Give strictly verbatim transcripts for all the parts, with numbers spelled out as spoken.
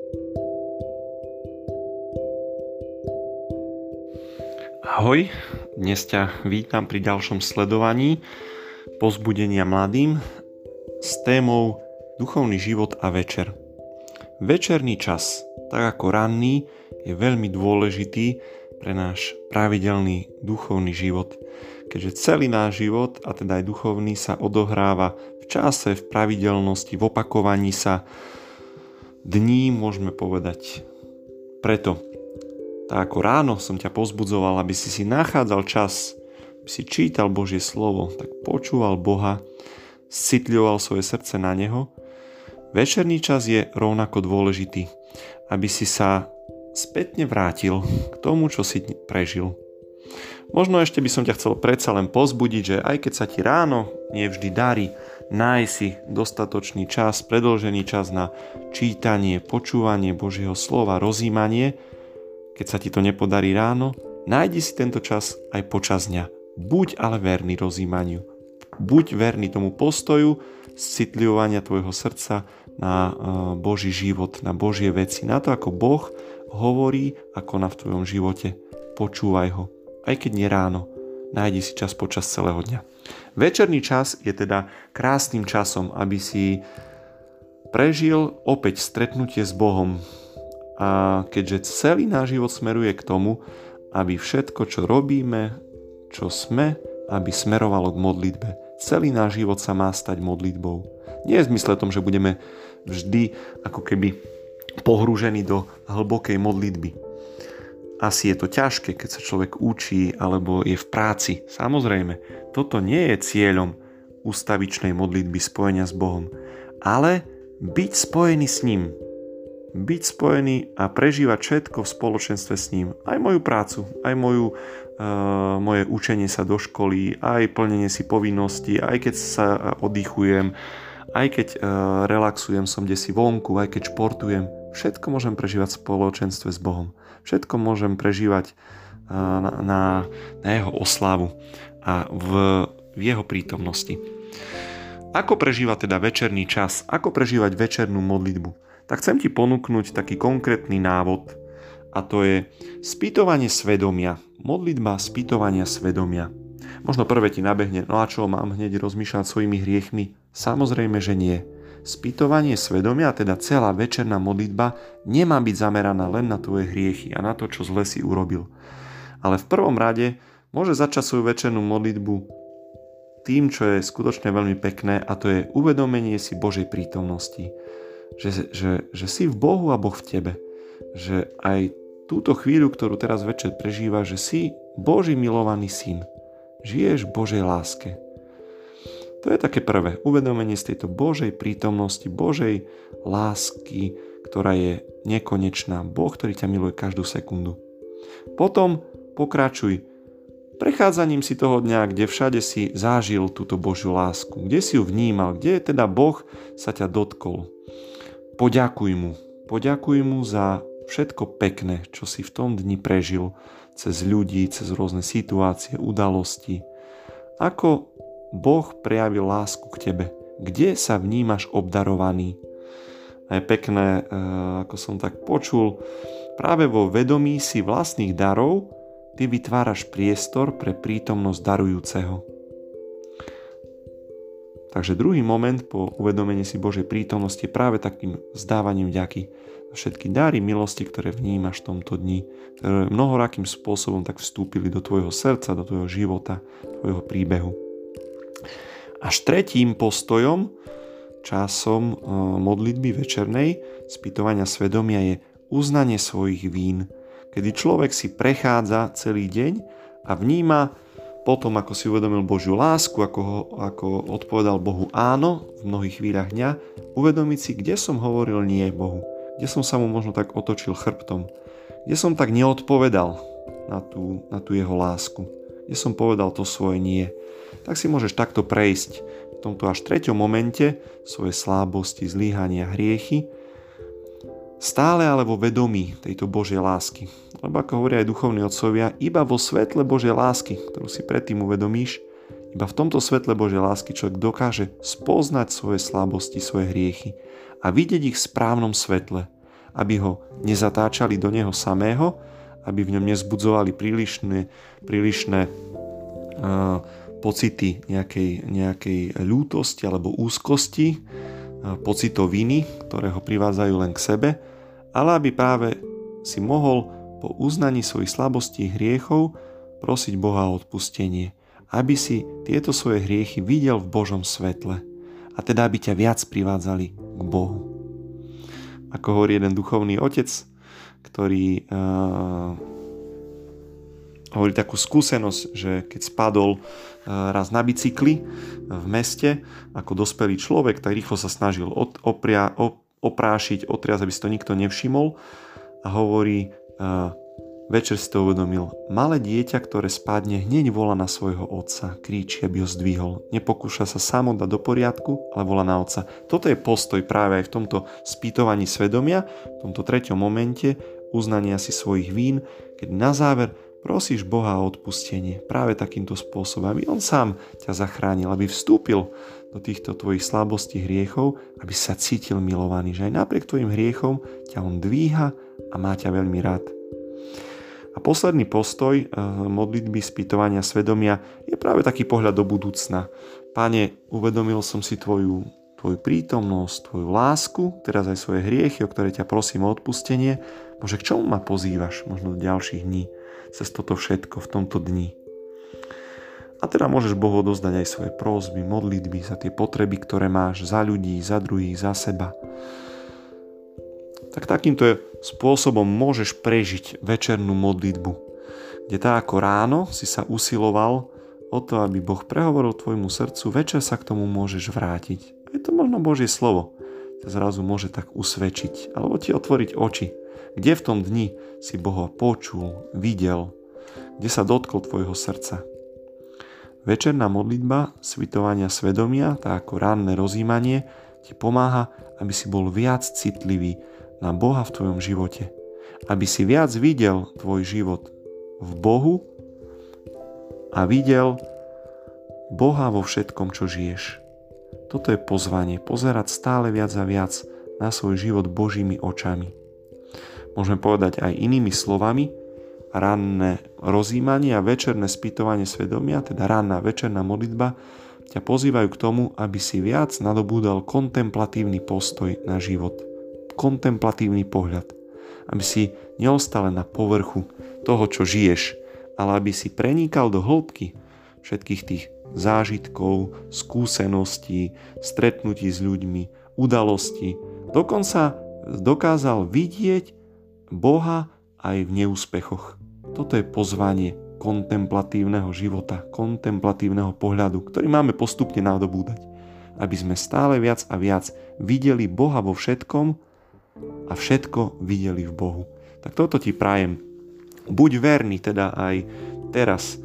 Ahoj, dnes ťa vítam pri ďalšom sledovaní povzbudenia mladým s témou Duchovný život a večer. Večerný čas, tak ako ranný, je veľmi dôležitý pre náš pravidelný duchovný život, keďže celý náš život, a teda aj duchovný, sa odohráva v čase, v pravidelnosti, v opakovaní sa dní, môžeme povedať. Preto tak ako ráno som ťa povzbudzoval, aby si si nachádzal čas, aby si čítal Božie slovo, tak počúval Boha, citľoval svoje srdce na Neho. Večerný čas je rovnako dôležitý, aby si sa spätne vrátil k tomu, čo si prežil. Možno ešte by som ťa chcel predsa len povzbudiť, že aj keď sa ti ráno nevždy darí, nájdi si dostatočný čas, predĺžený čas na čítanie, počúvanie Božieho slova, rozjímanie. Keď sa ti to nepodarí ráno, nájdi si tento čas aj počas dňa. Buď ale verný rozjímaniu. Buď verný tomu postoju citlivovania tvojho srdca na Boží život, na Božie veci, na to, ako Boh hovorí a koná v tvojom živote. Počúvaj ho. Aj keď nie ráno, nájdi si čas počas celého dňa. Večerný čas je teda krásnym časom, aby si prežil opäť stretnutie s Bohom. A keďže celý náš život smeruje k tomu, aby všetko, čo robíme, čo sme, aby smerovalo k modlitbe. Celý náš život sa má stať modlitbou. Nie je v zmysle tom, že budeme vždy ako keby pohrúžení do hlbokej modlitby. Asi je to ťažké, keď sa človek učí alebo je v práci. Samozrejme, toto nie je cieľom ustavičnej modlitby, spojenia s Bohom, ale byť spojený s ním. Byť spojený a prežívať všetko v spoločenstve s ním. Aj moju prácu, aj moju, uh, moje učenie sa do školy, aj plnenie si povinností, aj keď sa oddychujem, aj keď uh, relaxujem som kdesi vonku, aj keď športujem. Všetko môžem prežívať v spoločenstve s Bohom. Všetko môžem prežívať uh, na, na, na jeho oslavu a v, v jeho prítomnosti. Ako prežívať teda večerný čas? Ako prežívať večernú modlitbu? Tak chcem ti ponúknuť taký konkrétny návod, a to je spýtovanie svedomia. Modlitba spýtovania svedomia. Možno prvé ti nabehne, no a čo, mám hneď rozmýšľať svojimi hriechmi? Samozrejme, že nie. Spýtovanie svedomia, teda celá večerná modlitba, nemá byť zameraná len na tvoje hriechy a na to, čo zle si urobil. Ale v prvom rade môže začať svoju večernú modlitbu tým, čo je skutočne veľmi pekné, a to je uvedomenie si Božej prítomnosti. Že, že, že si v Bohu a Boh v tebe. Že aj túto chvíľu, ktorú teraz večer prežívaš, že si Boží milovaný syn. Žiješ v Božej láske. To je také prvé. Uvedomenie z tejto Božej prítomnosti, Božej lásky, ktorá je nekonečná. Boh, ktorý ťa miluje každú sekundu. Potom pokračuj prechádzaním si toho dňa, kde všade si zažil túto Božiu lásku. Kde si ju vnímal, kde teda Boh sa ťa dotkol. Poďakuj mu. Poďakuj mu za všetko pekné, čo si v tom dni prežil, cez ľudí, cez rôzne situácie, udalosti. Ako Boh prejavil lásku k tebe. Kde sa vnímaš obdarovaný. A je pekné, ako som tak počul, práve vo vedomí si vlastných darov ty vytváraš priestor pre prítomnosť darujúceho. Takže druhý moment po uvedomení si Božej prítomnosti je práve takým vzdávaním vďaky za všetky dary milosti, ktoré vnímaš v tomto dni, ktoré mnohorakým spôsobom tak vstúpili do tvojho srdca, do tvojho života, tvojho príbehu. Až tretím postojom, časom modlitby večernej, spýtovania svedomia, je uznanie svojich vín, kedy človek si prechádza celý deň a vníma potom, ako si uvedomil Božiu lásku, ako, ho, ako odpovedal Bohu áno v mnohých chvíľach dňa, uvedomiť si, kde som hovoril nie Bohu, kde som sa mu možno tak otočil chrbtom, kde som tak neodpovedal na tú, na tú jeho lásku, kde som povedal to svoje nie. Tak si môžeš takto prejsť v tomto až treťom momente svoje slábosti, zlyhania, hriechy, stále ale vo vedomí tejto Božej lásky. Lebo ako hovoria aj duchovní otcovia, iba vo svetle Božej lásky, ktorú si predtým uvedomíš, iba v tomto svetle Božej lásky človek dokáže spoznať svoje slabosti, svoje hriechy a vidieť ich v správnom svetle. aby ho nezatáčali do neho samého, aby v ňom nezbudzovali prílišné, prílišné uh, pocity nejakej, nejakej ľútosti alebo úzkosti, uh, pocitov viny, ktoré ho privádzajú len k sebe, ale aby práve si mohol po uznaní svojich slabostí hriechov prosiť Boha o odpustenie, aby si tieto svoje hriechy videl v Božom svetle a teda aby ťa viac privádzali k Bohu. Ako hovorí jeden duchovný otec, ktorý uh, hovorí takú skúsenosť, že keď spadol uh, raz na bicykli v meste ako dospelý človek, tak rýchlo sa snažil od, opria, op, oprášiť, otriasť, aby si to nikto nevšimol a hovorí, uh, večer si to uvedomil, malé dieťa, ktoré spadne, hneď volá na svojho otca, kričí, aby ho zdvihol. Nepokúša sa samo dať do poriadku, ale volá na otca. Toto je postoj práve aj v tomto spýtovaní svedomia, v tomto treťom momente uznania si svojich vín, keď na záver prosíš Boha o odpustenie práve takýmto spôsobom, aby on sám ťa zachránil, aby vstúpil do týchto tvojich slabostí, hriechov, aby sa cítil milovaný, že aj napriek tvojim hriechom ťa on dvíha a má ťa veľmi rád. A posledný postoj modlitby spýtovania svedomia je práve taký pohľad do budúcna. Pane, uvedomil som si tvoju, tvoju prítomnosť, tvoju lásku, teraz aj svoje hriechy, o ktoré ťa prosím o odpustenie. Bože, k čomu ma pozývaš možno do ďalších dní, cez toto všetko v tomto dni. A teda môžeš Bohu odozdať aj svoje prosby, modlitby za tie potreby, ktoré máš, za ľudí, za druhých, za seba. Tak takýmto spôsobom môžeš prežiť večernú modlitbu, kde tá ako ráno si sa usiloval o to, aby Boh prehovoril tvojmu srdcu, večer sa k tomu môžeš vrátiť. A je to možno Božie slovo, ťa zrazu môže tak usvedčiť, alebo ti otvoriť oči, kde v tom dni si Boha počul, videl, kde sa dotkol tvojho srdca. Večerná modlitba svitovania svedomia, tá ako ranné rozjímanie, ti pomáha, aby si bol viac citlivý na Boha v tvojom živote. Aby si viac videl tvoj život v Bohu a videl Boha vo všetkom, čo žiješ. Toto je pozvanie, pozerať stále viac a viac na svoj život Božími očami. Môžeme povedať aj inými slovami, ranné rozjímanie a večerné spýtovanie svedomia, teda ranná večerná modlitba, ťa pozývajú k tomu, aby si viac nadobúdal kontemplatívny postoj na život. Kontemplatívny pohľad. Aby si neostal na povrchu toho, čo žiješ, ale aby si prenikal do hĺbky všetkých tých zážitkov, skúseností, stretnutí s ľuďmi, udalostí. Dokonca dokázal vidieť Boha aj v neúspechoch. Toto je pozvanie kontemplatívneho života, kontemplatívneho pohľadu, ktorý máme postupne nadobúdať. Aby sme stále viac a viac videli Boha vo všetkom a všetko videli v Bohu. Tak toto ti prajem. Buď verný teda aj teraz e,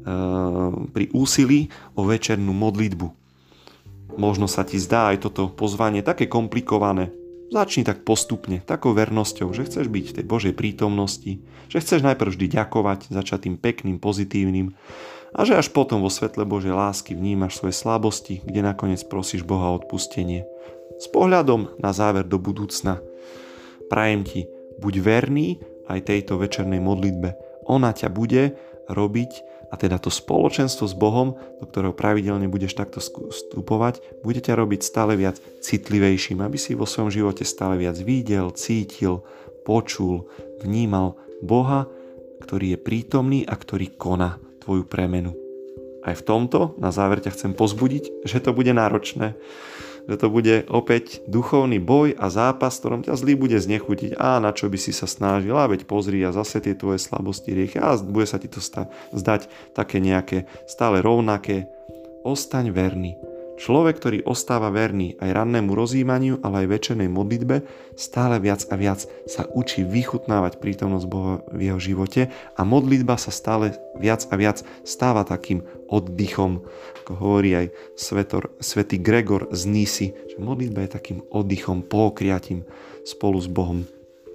pri úsilí o večernú modlitbu. Možno sa ti zdá aj toto pozvanie také komplikované. Začni tak postupne, takou vernosťou, že chceš byť v tej Božej prítomnosti, že chceš najprv vždy ďakovať, začať tým pekným, pozitívnym a že až potom vo svetle Božej lásky vnímaš svoje slabosti, kde nakoniec prosíš Boha o odpustenie. S pohľadom na záver do budúcna prajem ti, buď verný aj tejto večernej modlitbe. Ona ťa bude robiť, a teda to spoločenstvo s Bohom, do ktorého pravidelne budeš takto vstupovať, bude ťa robiť stále viac citlivejším, aby si vo svojom živote stále viac videl, cítil, počul, vnímal Boha, ktorý je prítomný a ktorý koná tvoju premenu. Aj v tomto na záver ťa chcem pozbudiť, že to bude náročné, že to bude opäť duchovný boj a zápas, v ktorom ťa zlý bude znechutiť. A na čo by si sa snažil? A veď pozri, a zase tie tvoje slabosti, riechy, a bude sa ti to sta- zdať také nejaké stále rovnaké. Ostaň verný. Človek, ktorý ostáva verný aj rannému rozjímaniu, ale aj večernej modlitbe, stále viac a viac sa učí vychutnávať prítomnosť Boha v jeho živote a modlitba sa stále viac a viac stáva takým oddychom, ako hovorí aj svetor, svätý Gregor z Nysy, že modlitba je takým oddychom, pookriatím spolu s Bohom.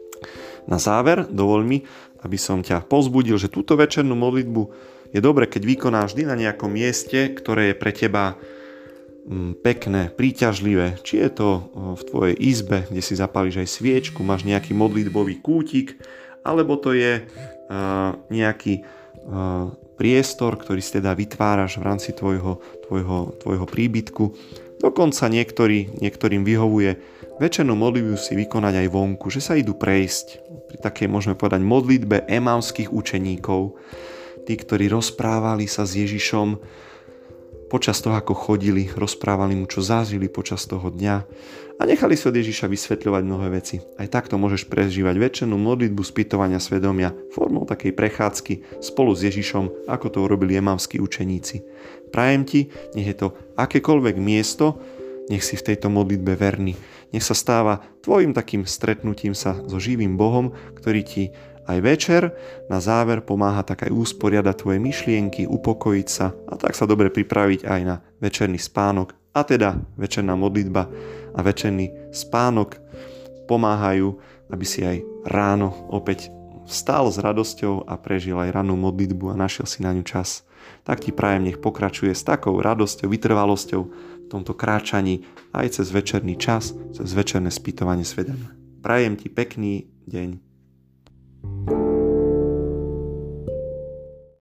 Na záver dovoľ mi, aby som ťa povzbudil, že túto večernú modlitbu je dobre, keď vykonáš vždy na nejakom mieste, ktoré je pre teba pekné, príťažlivé. Či je to v tvojej izbe, kde si zapálíš aj sviečku, máš nejaký modlitbový kútik, alebo to je nejaký priestor, ktorý si teda vytváraš v rámci tvojho, tvojho, tvojho príbytku. Dokonca niektorý, niektorým vyhovuje večernú modlitbu si vykonať aj vonku, že sa idú prejsť pri takej, môžeme povedať, modlitbe emauských učeníkov. Tí, ktorí rozprávali sa s Ježišom počas toho, ako chodili, rozprávali mu, čo zažili počas toho dňa a nechali si od Ježiša vysvetľovať mnohé veci. Aj takto môžeš prežívať večernú modlitbu spýtovania svedomia formou takej prechádzky spolu s Ježišom, ako to urobili emauskí učeníci. Prajem ti, nech je to akékoľvek miesto, nech si v tejto modlitbe verný. Nech sa stáva tvojim takým stretnutím sa so živým Bohom, ktorý ti aj večer na záver pomáha tak aj usporiadať tvoje myšlienky, upokojiť sa a tak sa dobre pripraviť aj na večerný spánok. A teda večerná modlitba a večerný spánok pomáhajú, aby si aj ráno opäť vstal s radosťou a prežil aj rannú modlitbu a našiel si na ňu čas. Tak ti prajem, nech pokračuje s takou radosťou, vytrvalosťou v tomto kráčaní aj cez večerný čas, cez večerné spýtovanie svedomia. Prajem ti pekný deň.